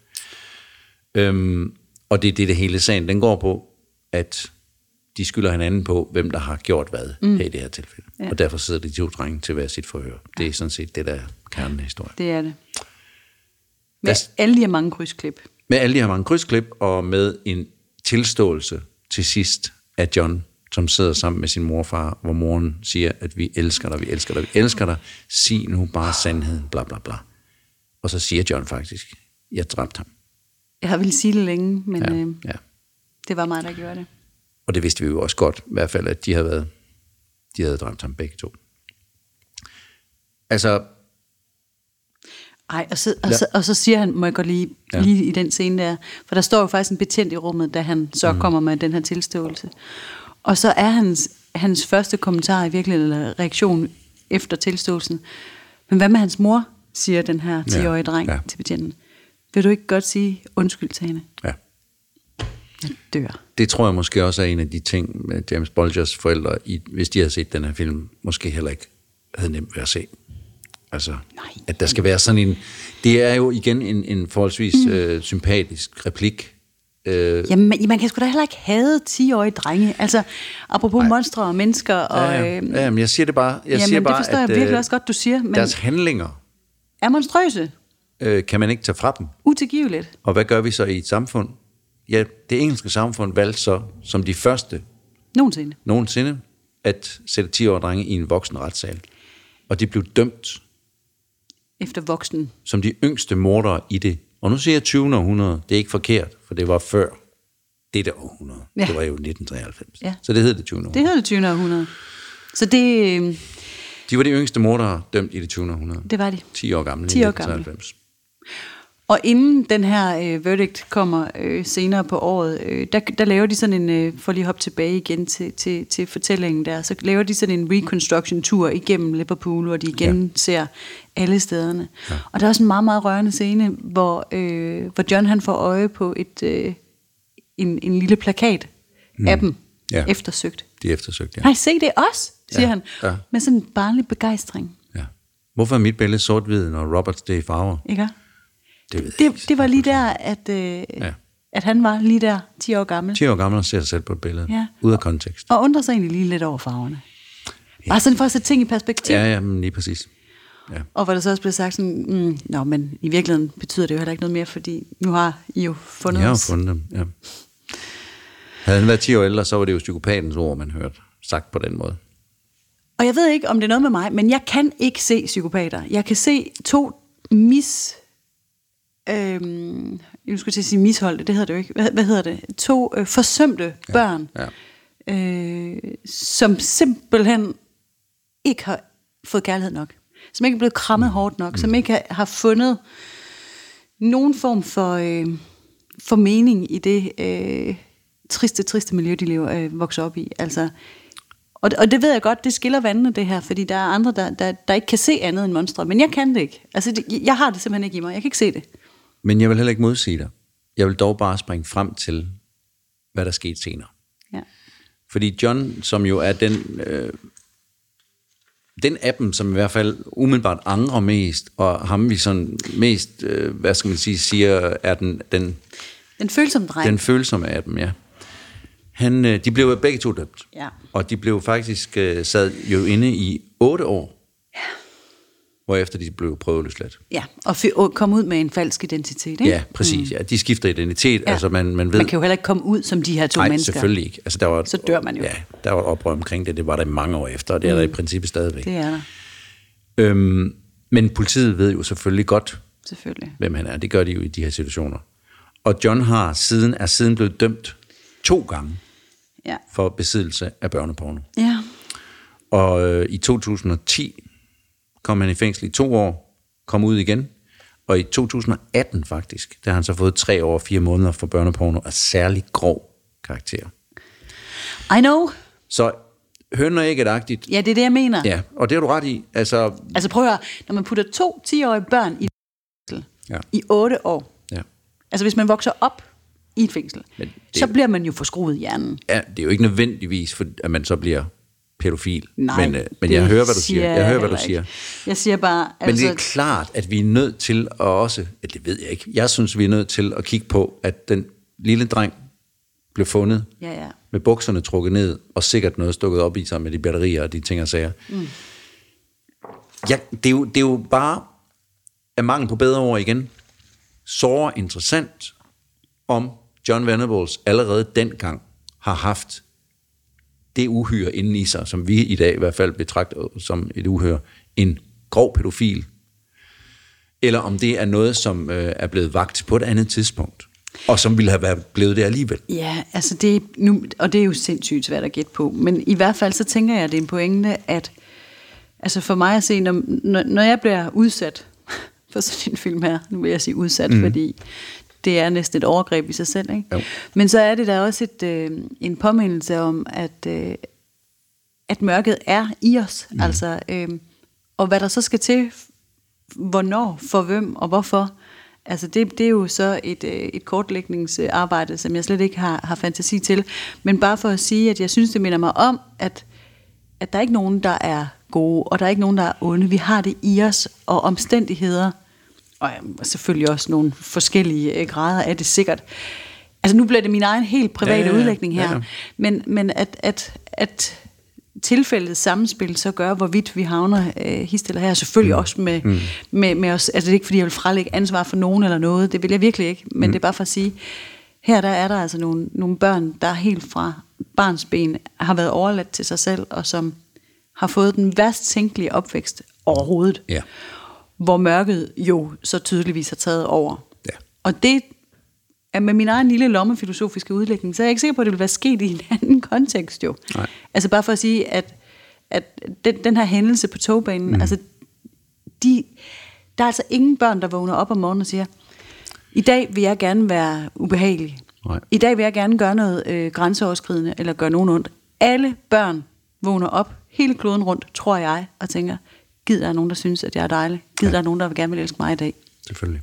Øhm, og det er det, det hele sagen, den går på, at de skylder hinanden på, hvem der har gjort hvad mm. her i det her tilfælde. Ja. Og derfor sidder de to drenge til hver sit forhør. Det er sådan set det, der er kernen af historien. Det er det. Med Lad os- alle de her mange krydsklip. Med alle de her mange krydsklip, og med en tilståelse til sidst af John, som sidder sammen med sin morfar, hvor moren siger, at vi elsker dig, vi elsker dig, vi elsker dig. Sig nu bare sandheden, bla bla bla. Og så siger John faktisk, jeg dræbte ham. Jeg har ville sige det længe, men Ja, øh, ja. det var mig, der gjorde det. Og det vidste vi jo også godt, i hvert fald, at de havde været, de havde dræbt ham begge to. Altså, Ej, og så, og, Ja. så, og så siger han, må jeg godt lige, Ja. lige i den scene der, for der står jo faktisk en betjent i rummet, da han så mm. kommer med den her tilståelse. Og så er hans, hans første kommentar i virkeligheden, eller reaktion efter tilståelsen, men hvad med hans mor, siger den her ti-årige dreng Ja. til betjenten. Vil du ikke godt sige undskyld til hende? ja. Jeg dør. Det tror jeg måske også er en af de ting, med James Bulgers forældre, i, hvis de havde set den her film, måske heller ikke havde nemt ved at se. Altså, Nej. at der skal være sådan en... Det er jo igen en, en forholdsvis mm. øh, sympatisk replik. Øh, Jamen, man, man kan sgu da heller ikke hade ti-årige drenge. Altså, apropos Nej. monstre og mennesker. Og, ja, ja. øh, ja, men jeg siger det bare. Jeg jamen, siger bare, det forstår at, jeg virkelig øh, også godt, du siger, men deres handlinger er monstrøse, øh, kan man ikke tage fra dem. utilgiveligt. Og hvad gør vi så i et samfund? Ja, det engelske samfund valgte så som de første Nogensinde. nogensinde at sætte ti-årige drenge i en voksen retssal. Og de blev dømt Efter voksen. som de yngste mordere i det. Og nu siger jeg tyvende århundrede. Det er ikke forkert, for det var før dette århundrede. Ja. Det var jo nitten treoghalvfems. Ja. Så det hed det tyvende Det århundrede. hedder det tyvende århundrede. Så det, øh, De var de yngste mordere dømt i det tyvende århundrede. det var de. ti år gamle. ti i år nitten treoghalvfems. Og inden den her øh, verdict kommer øh, senere på året, øh, der, der laver de sådan en, øh, for lige at hoppe tilbage igen til, til, til fortællingen der, så laver de sådan en reconstruction tur igennem Liverpool, hvor de igen ja. ser alle stederne. Ja. Og der er også en meget, meget rørende scene, hvor, øh, hvor John han får øje på et, øh, en, en lille plakat mm. af dem Ja. eftersøgt. De er eftersøgt, ja. Nej, se det er os, siger Ja, han, ja. med sådan en barnlig begejstring. ja. Hvorfor er mit billede sort-hvid, når Roberts det er i farver? Ikke? Det, ved jeg ikke. Det, det var lige der, at, øh, ja. at han var lige der, ti år gammel. ti år gammel og ser sig selv på et billede. Ja. Ude af kontekst. Og undrer sig egentlig lige lidt over farverne. Ja. Bare sådan for at sætte ting i perspektiv. Ja, ja, men lige præcis. Ja. Og hvor der så også blev sagt sådan, mm, nå, men i virkeligheden betyder det jo heller ikke noget mere, fordi nu har I jo fundet Jeg har os. fundet dem, ja. Havde han været ti år ældre, så var det jo psykopatens ord, man hørte sagt på den måde. Og jeg ved ikke, om det er noget med mig, men jeg kan ikke se psykopater. Jeg kan se to mis... Øhm, jeg skulle til at sige misholdte, det hedder det jo ikke. Hvad, hvad hedder det? To øh, forsømte børn, Ja. øh, som simpelthen ikke har fået kærlighed nok. Som ikke er blevet krammet hårdt nok. Mm. Som ikke har, har fundet nogen form for øh, få mening i det øh, triste, triste miljø, de lever, øh, vokser op i. Altså, og, og det ved jeg godt, det skiller vandene det her, fordi der er andre, der, der, der ikke kan se andet end monstre, men jeg kan det ikke. Altså, det, jeg har det simpelthen ikke i mig, jeg kan ikke se det. Men jeg vil heller ikke modsige dig. Jeg vil dog bare springe frem til, hvad der skete senere. Ja. Fordi John, som jo er den, øh, den appen, som i hvert fald umiddelbart angrer mest, og ham vi sådan mest, øh, hvad skal man sige, siger, er den, den, den følsomme dreng. Den følsomme appen, ja. Han, øh, de blev begge to dømt. Ja. Og de blev faktisk øh, sad jo inde i otte år. Ja. Hvorefter de blev prøveløsladt. Ja, og, f- og kom ud med en falsk identitet, ikke? Ja, præcis. Mm. Ja. De skifter identitet. Ja. Altså man, man, ved, man kan jo heller ikke komme ud som de her to nej, mennesker. Nej, selvfølgelig ikke. Altså, der var, så dør man jo. Ja, der var et oprør omkring det. Det var der mange år efter, og det er mm. der i princippet stadigvæk. Det er der. Øhm, men politiet ved jo selvfølgelig godt, selvfølgelig. hvem han er. Det gør de jo i de her situationer. Og John har siden, er siden blevet dømt to gange ja. for besiddelse af børneporno. Ja. Og øh, i to tusind og ti kom han i fængsel i to år, kom ud igen, og i to tusind og atten faktisk, der har han så fået tre år og fire måneder for børneporno af særlig grov karakter. I know. Så høn og ægget-agtigt. Ja, det er det, jeg mener. Ja, og det har du ret i. Altså, altså prøv at høre, når man putter to ti-årige børn i fængsel ja. i otte år, ja. altså hvis man vokser op i et fængsel, det, så bliver man jo forskruet i hjernen. Ja, det er jo ikke nødvendigvis, for, at man så bliver pædofil. Nej, men, men jeg hører, hvad du siger. Jeg hører, hvad du siger. Jeg siger bare... Men altså, det er klart, at vi er nødt til at også... Ja, det ved jeg ikke. Jeg synes, vi er nødt til at kigge på, at den lille dreng blev fundet ja, ja. med bukserne trukket ned, og sikkert noget stukket op i sig med de batterier og de ting og sager. Mm. Ja, det er, jo, det er jo bare af mangel på bedre ord igen, så interessant, om John Venables allerede dengang har haft det uhyre inden i sig, som vi i dag i hvert fald betragter som et uhyre, en grov pædofil, eller om det er noget, som øh, er blevet vagt på et andet tidspunkt, og som ville have været blevet det alligevel. Ja, altså det nu, og det er jo sindssygt svært at gætte på, men i hvert fald så tænker jeg, at det er en pointe, at altså for mig at se, når, når jeg bliver udsat for sådan en film her, nu vil jeg sige udsat, mm. fordi det er næsten et overgreb i sig selv, ikke? Jo. Men så er det der også et, øh, en påmindelse om, at, øh, at mørket er i os, mm. altså, øh, og hvad der så skal til, hvornår, for hvem og hvorfor, altså det, det er jo så et, øh, et kortlægningsarbejde, som jeg slet ikke har, har fantasi til, men bare for at sige, at jeg synes, det minder mig om, at, at der er ikke nogen, der er gode, og der er ikke nogen, der er onde. Vi har det i os, og omstændigheder, og selvfølgelig også nogle forskellige grader af det sikkert. Altså nu bliver det min egen helt private ja, ja, ja. udlægning her, ja, ja. men, men at, at, at tilfældet samspil så gør, hvorvidt vi havner øh, hist eller her, selvfølgelig mm. også med, mm. med, med os, altså det er ikke fordi, jeg vil frelægge ansvar for nogen eller noget, det vil jeg virkelig ikke, men mm. det er bare for at sige, her der er der altså nogle, nogle børn, der helt fra barnsben har været overladt til sig selv, og som har fået den værst tænkelige opvækst overhovedet. Ja. Hvor mørket jo så tydeligvis har taget over. Ja. Og det er med min egen lille lommefilosofiske udlægning, så er jeg ikke sikker på, at det ville være sket i en anden kontekst jo. Nej. Altså bare for at sige, at, at den, den her hændelse på togbanen, mm. altså de, der er altså ingen børn, der vågner op om morgenen og siger, i dag vil jeg gerne være ubehagelig. Nej. I dag vil jeg gerne gøre noget øh, grænseoverskridende, eller gøre nogen ondt. Alle børn vågner op, hele kloden rundt, tror jeg, og tænker, gid der er nogen, der synes, at jeg er dejlig. Gid ja. der er nogen, der vil gerne vil elske mig i dag. Selvfølgelig.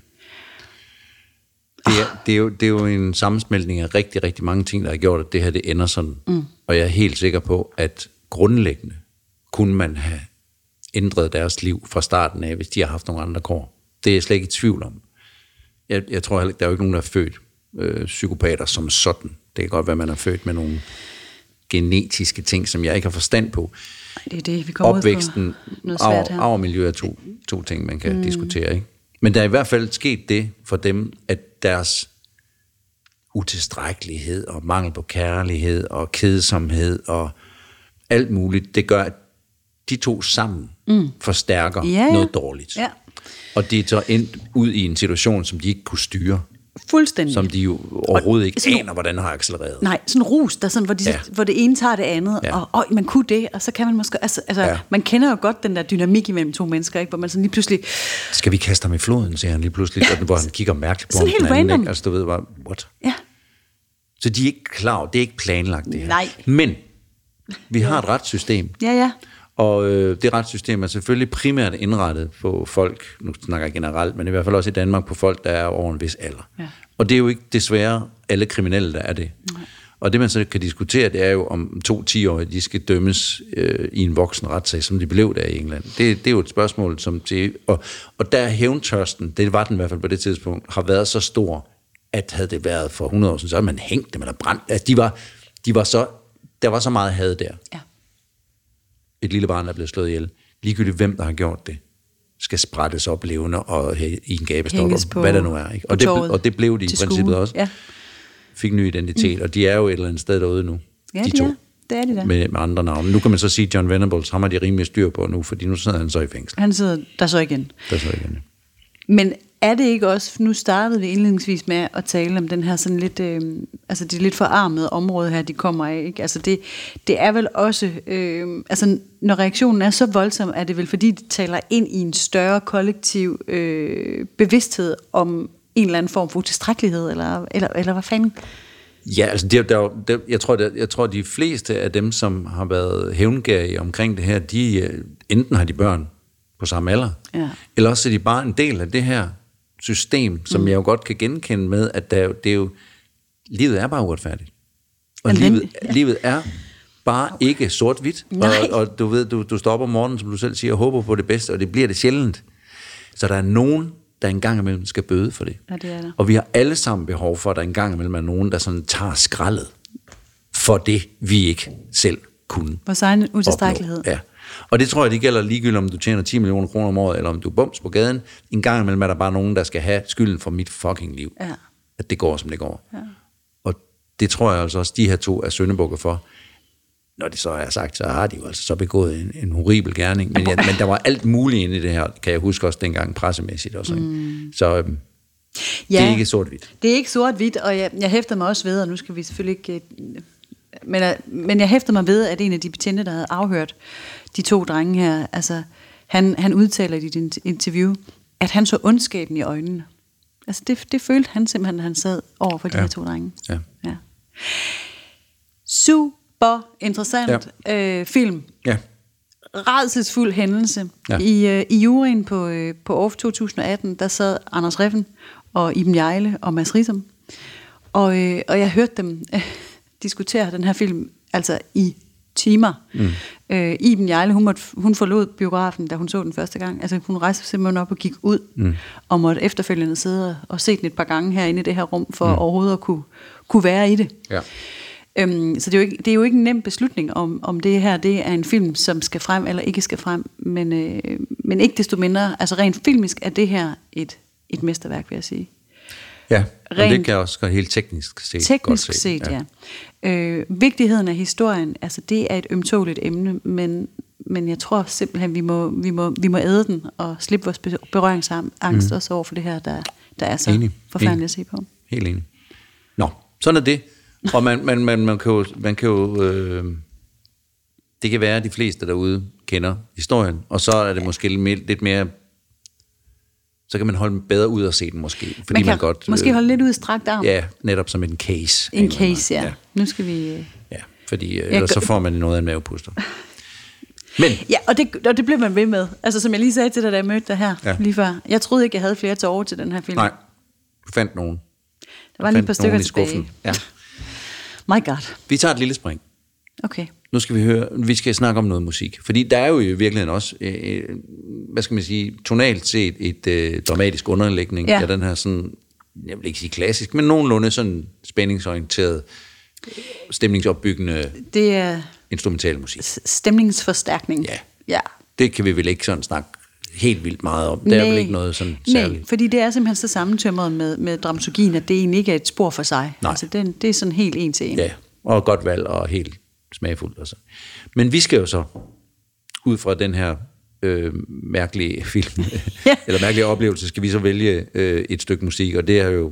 Det er, det, er jo, det er jo en sammensmeltning af rigtig, rigtig mange ting, der har gjort, at det her det ender sådan. Mm. Og jeg er helt sikker på, at grundlæggende kunne man have ændret deres liv fra starten af, hvis de har haft nogle andre kår. Det er jeg slet ikke i tvivl om. Jeg, jeg tror heller ikke, der er jo ikke nogen, der er født øh, psykopater som sådan. Det kan godt være, man er født med nogle genetiske ting, som jeg ikke har forstand på. Det er det, vi kommer opvæksten, ud på noget svært her. Arvemiljø er to, to ting, man kan mm. diskutere, ikke? Men der er i hvert fald sket det for dem, at deres utilstrækkelighed og mangel på kærlighed og kedsomhed og alt muligt, det gør, at de to sammen mm. forstærker ja, ja. noget dårligt. Ja. Og de er så endt ud i en situation, som de ikke kunne styre. Fuldstændig. Som de jo overhovedet ikke sådan, aner, hvordan har accelereret. Nej, sådan rus, der sådan, hvor, de, ja. hvor det ene tager det andet, ja. og øj, man kunne det, og så kan man måske, altså, altså ja. man kender jo godt den der dynamik imellem to mennesker, ikke? Hvor man sådan lige pludselig... Skal vi kaste ham i floden, siger han lige pludselig, ja. hvor han kigger mærkeligt på sådan ham. Helt random. Anden, altså du ved bare, what? Ja. Så de er ikke klar, det er ikke planlagt det her. Nej. Men vi har et retssystem. Ja, ja. Og øh, det retssystem er selvfølgelig primært indrettet på folk, nu snakker jeg generelt, men i hvert fald også i Danmark, på folk, der er over en vis alder. Ja. Og det er jo ikke desværre alle kriminelle, der er det. Nej. Og det man så kan diskutere, det er jo, om to ti-årige, de skal dømmes øh, i en voksen retssag, som de blev der i England. Det, det er jo et spørgsmål, som til... Og, og der hævntørsten, det var den i hvert fald på det tidspunkt, har været så stor, at havde det været for hundrede år siden, så havde man hængt dem eller brændt. Altså, de var, de var så, der var så meget had der. Ja. Et lille barn, der er blevet slået ihjel. Ligegyldigt hvem, der har gjort det, skal sprættes op levende og i en gabestok, hvad der nu er. Ikke? Og, det, og det blev de i princippet skue. Også. Ja. Fik ny identitet, mm. og de er jo et eller andet sted derude nu. Ja, de, de to. Er. Det er de der. Med, med andre navne. Nu kan man så sige, John Venables, ham har de rimelig styr på nu, fordi nu sidder han så i fængsel. Han sidder der så igen. Der så igen, ja. Men er det ikke også, nu startede vi indledningsvis med at tale om den her sådan lidt, øh, altså det lidt forarmede område her, de kommer af, ikke? Altså det, det er vel også, øh, altså når reaktionen er så voldsom, er det vel fordi, de taler ind i en større kollektiv øh, bevidsthed om en eller anden form for utilstrækkelighed, eller, eller, eller hvad fanden? Ja, altså der, der, der, jeg, tror, der, jeg tror, de fleste af dem, som har været hævngærige omkring det her, de enten har de børn på samme alder, ja. Eller også er de bare en del af det her system, som mm. jeg jo godt kan genkende med, at der, det er jo, livet er bare uretfærdigt. Og den, livet, ja. livet er bare okay. ikke sort-hvidt. Og, og du ved, du, du står op om morgenen, som du selv siger, og håber på det bedste, og det bliver det sjældent. Så der er nogen, der engang imellem skal bøde for det. Ja, det er der. Og vi har alle sammen behov for, at der engang imellem er nogen, der sådan tager skraldet for det, vi ikke selv kunne. Vores egen utilstrækkelighed. Ja. Og det tror jeg, det gælder ligegyldigt, om du tjener ti millioner kroner om året, eller om du er bums på gaden. En gang imellem er der bare nogen, der skal have skylden for mit fucking liv. Ja. At det går, som det går. Ja. Og det tror jeg altså også, de her to er syndebukker for. Når det så er sagt, så har de jo altså så begået en, en horribel gerning. Men, ja, men der var alt muligt inde i det her, kan jeg huske også dengang pressemæssigt også. Mm. Så øhm, ja, det er ikke sort-hvidt. Det er ikke sort-hvidt, og jeg, jeg hæfter mig også ved, og nu skal vi selvfølgelig ikke... Men, men jeg hæfter mig ved, at en af de betjente, der havde afhørt de to drenge her, altså, han, han udtaler i dit interview, at han så ondskaben i øjnene. Altså, det, det følte han simpelthen, at han sad over for de ja. her to drenge. Ja. Ja. Super interessant ja. øh, film. Ja. Rædselsfuld hændelse. Ja. I, øh, i juryen på, øh, på O R F to tusind atten, der sad Anders Refn og Iben Hjejle og Mads Riisom. Og, øh, og jeg hørte dem øh, diskutere den her film altså i timer. Mm. Øh, Iben Hjejle, hun, måtte, hun forlod biografen, da hun så den første gang. Altså hun rejste simpelthen op og gik ud, mm. og måtte efterfølgende sidde og se den et par gange herinde i det her rum, for mm. overhovedet at kunne, kunne være i det. Ja. Øhm, så det er, jo ikke, det er jo ikke en nem beslutning, om, om det her det er en film, som skal frem eller ikke skal frem, men, øh, men ikke desto mindre, altså rent filmisk er det her et, et mesterværk, vil jeg sige. Ja, og det kan også helt teknisk set teknisk godt se. set, ja. ja. Øh, vigtigheden af historien, altså det er et ømtåligt emne, men, men jeg tror simpelthen, vi må, vi må, vi må æde den og slippe vores berøringsangst mm. også over for det her, der, der er så enig. forfærdeligt enig. at se på. Helt enig. Nå, sådan er det. Og man, man, man, man kan jo, man kan jo øh, det kan være, at de fleste derude kender historien, og så er det måske lidt mere, så kan man holde bedre ud og se den måske. Fordi man kan man godt, måske holde lidt ud i strakt arm. Ja, netop som en case. En case, ja. ja. Nu skal vi... Ja, fordi ellers så får man noget af en mavepuster. Men... Ja, og det, og det blev man ved med. Altså som jeg lige sagde til dig, da jeg mødte dig her ja. lige før. Jeg troede ikke, jeg havde flere til over til den her film. Nej, du fandt nogen. Der var lige et par stykker tilbage. Ja. My God. Vi tager et lille spring. Okay. Nu skal vi høre, vi skal snakke om noget musik. Fordi der er jo i virkeligheden også, øh, hvad skal man sige, tonalt set et øh, dramatisk underlægning ja. af den her sådan, jeg vil ikke sige klassisk, men nogenlunde sådan spændingsorienteret, stemningsopbyggende det er instrumental musik. Stemningsforstærkning. Ja. ja. Det kan vi vel ikke sådan snakke helt vildt meget om. Der er vel ikke noget sådan særligt. Nej, fordi det er simpelthen så sammentømret med, med dramaturgien, at det egentlig ikke er et spor for sig. Nej. Altså den, det er sådan helt en til en. Ja, og godt valg og helt smagfuldt. Altså. Men vi skal jo så, ud fra den her øh, mærkelige film, ja. eller mærkelige oplevelse, skal vi så vælge øh, et stykke musik, og det er jo,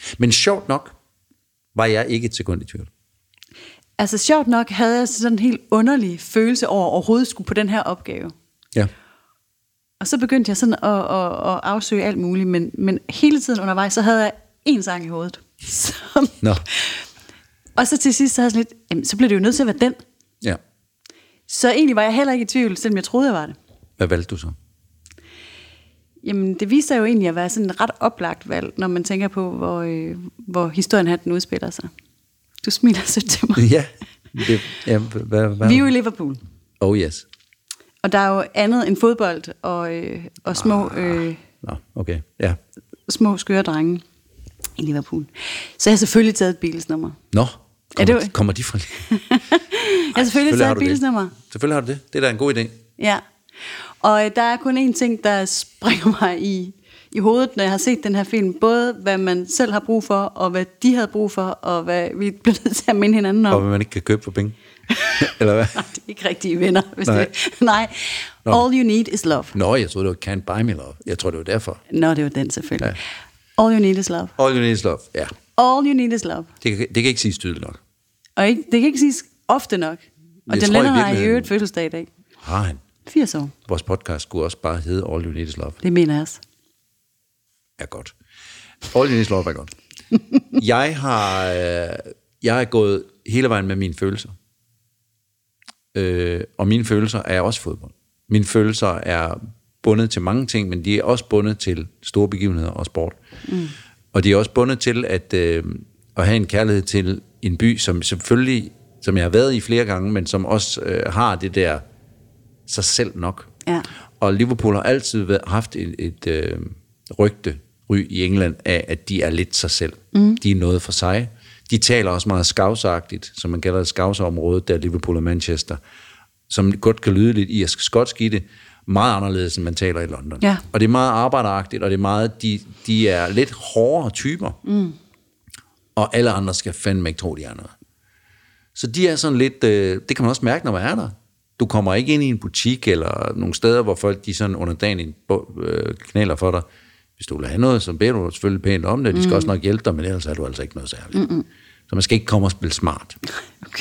Men sjovt nok var jeg ikke et sekund i tvivl. Altså sjovt nok havde jeg sådan en helt underlig følelse over overhovedet skulle på den her opgave. Ja. Og så begyndte jeg sådan at, at, at afsøge alt muligt, men, men hele tiden undervejs, så havde jeg en sang i hovedet. Som, Nå. Og så til sidst, så havde jeg sådan lidt, jamen, så blev det jo nødt til at være den. Ja. Så egentlig var jeg heller ikke i tvivl, selvom jeg troede, jeg var det. Hvad valgte du så? Jamen, det viste sig jo egentlig at være sådan et ret oplagt valg, når man tænker på, hvor, øh, hvor historien her den udspiller sig. Du smiler sødt til mig. Ja. Det, ja hvad, hvad? Vi er jo i Liverpool. Oh yes. Og der er jo andet end fodbold og, øh, og små, øh, Nå, okay. Ja. små skøre drenge i Liverpool. Så jeg har selvfølgelig taget et bilsnummer. Nå, kommer, det... de, kommer de fra... jeg har selvfølgelig taget et bilsnummer. Selvfølgelig har du det. Det er da en god idé. Ja. Og øh, der er kun én ting, der springer mig i, i hovedet, når jeg har set den her film. Både hvad man selv har brug for, og hvad de havde brug for, og hvad vi bliver nødt til at minde hinanden om. Og hvad man ikke kan købe for penge. Eller hvad? Nej, det er ikke rigtige venner. Hvis Nej. Det, nej. All you need is love. Nå, jeg troede, det var Can't Buy Me Love. Jeg tror, det var derfor. Nå, det var den selvfølgelig. Ja. All you need is love. All you need is love, ja. All you need is love. Det kan, det kan ikke siges tydeligt nok. Og ikke, det kan ikke siges ofte nok. Og Jeg den tror i Lennon har i virkeligheden- øvrigt fødselsdag i dag. Har han? firs år. Vores podcast skulle også bare hedde All You Need Is Love. Det mener jeg også. Er godt. All You Need Is Love er godt. jeg har øh, jeg er gået hele vejen med mine følelser. Øh, og mine følelser er også fodbold. Mine følelser er bundet til mange ting, men de er også bundet til store begivenheder og sport. Mm. Og de er også bundet til at, øh, at have en kærlighed til en by, som selvfølgelig, som jeg har været i flere gange, men som også øh, har det der sig selv nok. Ja. Og Liverpool har altid været, haft et, et øh, rygte, ry i England af, at de er lidt sig selv. Mm. De er noget for sig. De taler også meget skavsagtigt, som man kalder det skavseområdet, der Liverpool og Manchester, som godt kan lyde lidt irsk skotsk i det, meget anderledes, end man taler i London. Ja. Og det er meget arbejderagtigt, og det er meget, de, de er lidt hårdere typer, mm. og alle andre skal fandme ikke tro, de er noget. Så de er sådan lidt, øh, det kan man også mærke, når man er der. Du kommer ikke ind i en butik, eller nogle steder, hvor folk de sådan under dagen øh, knæler for dig. Hvis du vil have noget, så beder du selvfølgelig pænt om det. De skal mm. også nok hjælpe dig, men ellers er du altså ikke noget særligt. Mm-mm. Så man skal ikke komme og spille smart. Okay.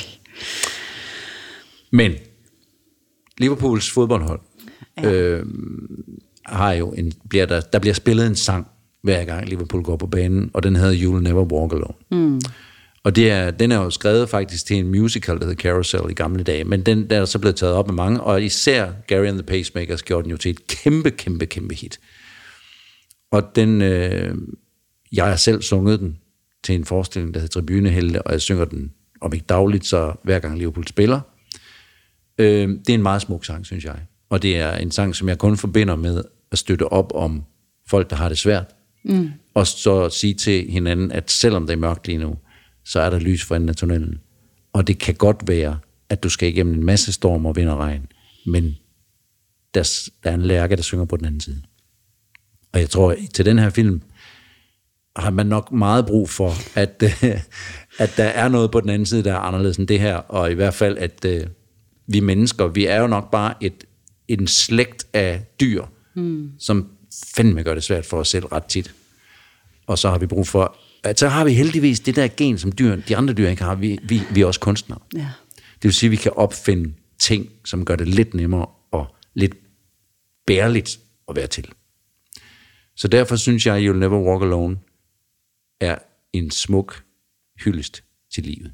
Men Liverpools fodboldhold ja. øh, har jo en, bliver der, der bliver spillet en sang hver gang Liverpool går på banen, og den hedder You'll Never Walk Alone. Mm. Og det er, den er jo skrevet faktisk til en musical, der hedder Carousel i gamle dage, men den der er så blevet taget op med mange, og især Gary and the Pacemakers gjorde den jo til et kæmpe, kæmpe, kæmpe hit. Og den, øh, jeg har selv sunget den til en forestilling, der hedder Tribunehelte, og jeg synger den om ikke dagligt, så hver gang Liverpool spiller. Øh, det er en meget smuk sang, synes jeg. Og det er en sang, som jeg kun forbinder med at støtte op om folk, der har det svært. Mm. Og så sige til hinanden, at selvom det er mørkt lige nu, så er der lys for enden af tunnelen. Og det kan godt være, at du skal igennem en masse storm og vind og regn, men der, der er en lærke, der synger på den anden side. Og jeg tror, til den her film har man nok meget brug for, at, at der er noget på den anden side, der er anderledes end det her, og i hvert fald, at uh, vi mennesker, vi er jo nok bare et, en slægt af dyr, mm. som fandme gør det svært for os selv ret tit. Og så har vi brug for, at så har vi heldigvis det der gen, som dyr, de andre dyr ikke har, vi, vi, vi er også kunstnere. Ja. Det vil sige, at vi kan opfinde ting, som gør det lidt nemmere og lidt bærligt at være til. Så derfor synes jeg, at You'll Never Walk Alone er en smuk hyldest til livet.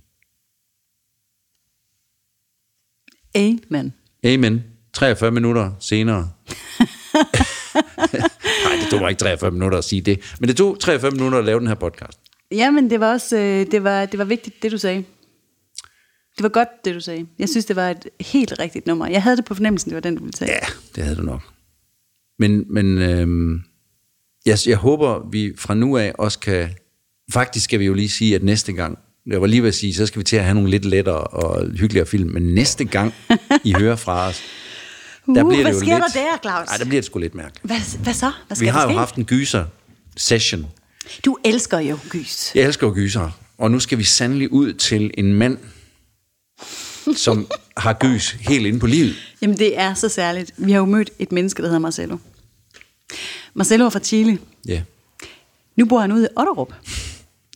Amen. Amen. treogfyrre minutter senere. Nej, det tog mig ikke treogfyrre minutter at sige det. Men det tog treogfyrre minutter at lave den her podcast. Jamen, det var også det var, det var vigtigt, det du sagde. Det var godt, det du sagde. Jeg synes, det var et helt rigtigt nummer. Jeg havde det på fornemmelsen, det var den, du ville tage. Ja, det havde du nok. Men, men øhm, jeg, jeg håber, vi fra nu af også kan... Faktisk skal vi jo lige sige, at næste gang, jeg var lige ved at sige, så skal vi til at have nogle lidt lettere og hyggeligere film, men næste gang, I hører fra os, der uh, bliver hvad det jo sker lidt, der der, Claus? Nej, der bliver det sgu lidt mærkeligt. Hvad, hvad så? Hvad skal vi har der jo ske? haft en gyser-session. Du elsker jo gys. Jeg elsker jo gyser, og nu skal vi sandelig ud til en mand, som har gys helt inde på livet. Jamen, det er så særligt. Vi har jo mødt et menneske, der hedder Marcelo. Marcelo er fra Chile. Ja. Nu bor han ude i Otterup.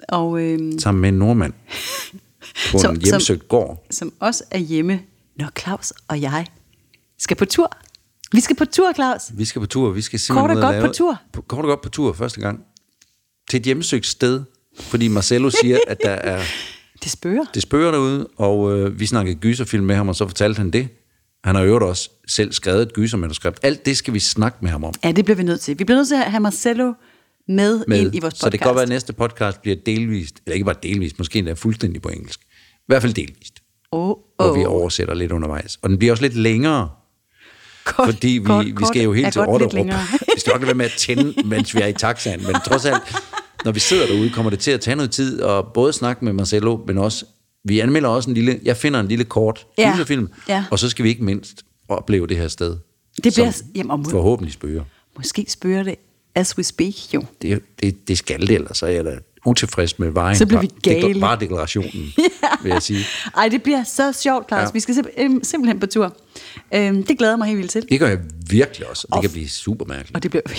Og, øhm, sammen med en nordmand på som, en hjemsøgt som, gård. Som også er hjemme, når Claus og jeg skal på tur. Vi skal på tur, Claus. Vi skal på tur. Vi skal simpelthen kort og godt lave, på tur. På, kort og godt på tur første gang. Til et hjemsøgt sted, fordi Marcello siger, at der er... Det spørger. Det spørger derude, og øh, vi snakkede gyserfilm med ham, og så fortalte han det. Han har jo også selv skrevet et gysermanuskript. Alt det skal vi snakke med ham om. Ja, det bliver vi nødt til. Vi bliver nødt til at have Marcello med, med. ind i vores podcast. Så det kan godt være, at næste podcast bliver delvist, eller ikke bare delvist, måske endda fuldstændig på engelsk. I hvert fald delvist. Oh, oh. Hvor vi oversætter lidt undervejs. Og den bliver også lidt længere, kort, fordi vi, kort, vi skal jo helt til Otterup. Vi skal nok være med at tænde, mens vi er i taxaen. Men trods alt, når vi sidder derude, kommer det til at tage noget tid, og både snakke med Marcello, men også, vi anmelder også en lille, jeg finder en lille kort ja. gyserfilm, ja. og så skal vi ikke mindst opleve det her sted, det bliver, som jamen, forhåbentlig spørger. Måske spørger det, as we speak, jo. Det, det, det skal det, ellers så er jeg da utilfreds med vejen. Så bliver vi gale. Bare deklarationen, ja. vil jeg sige. Ej, det bliver så sjovt, Claus. Ja. Vi skal simp- simpelthen på tur. Øhm, det glæder mig helt vildt til. Det gør jeg virkelig også, og det og, kan blive super mærkeligt. Og det bliver...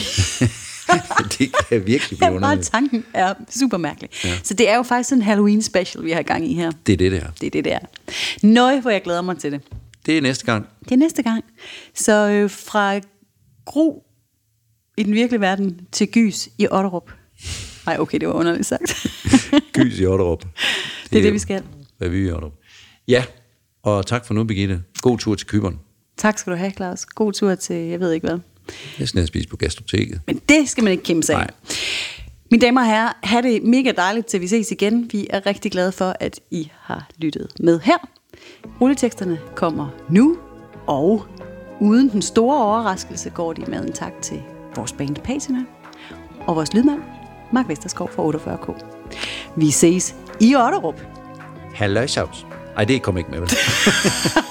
det kan virkelig blive underligt. Bare tanken er super mærkelig. Ja. Så det er jo faktisk en Halloween special, vi har gang i her. Det er det, det er. Det er det, det er. Nøj, hvor jeg glæder mig til det. Det er næste gang. Det er næste gang. Så øh, fra gru i den virkelige verden til gys i Otterup. Nej, okay, det var underligt sagt. Gys i Otterup. Det, det er det, vi skal. Revy i Otterup. Ja, og tak for nu, Birgitte. God tur til Cypern. Tak skal du have, Claus. God tur til, jeg ved ikke hvad. Jeg skal ned og spise på gastroteket. Men det skal man ikke kæmpe sig af. Mine damer og herrer, have det mega dejligt, til vi ses igen. Vi er rigtig glade for, at I har lyttet med her. Rulleteksterne kommer nu, og uden den store overraskelse går de med en tak til vores band Patina og vores lydmand, Mark Vesterskov fra otteogfyrre K. Vi ses i Otterup. Halløjsavs. Ej, det kom ikke med, vel?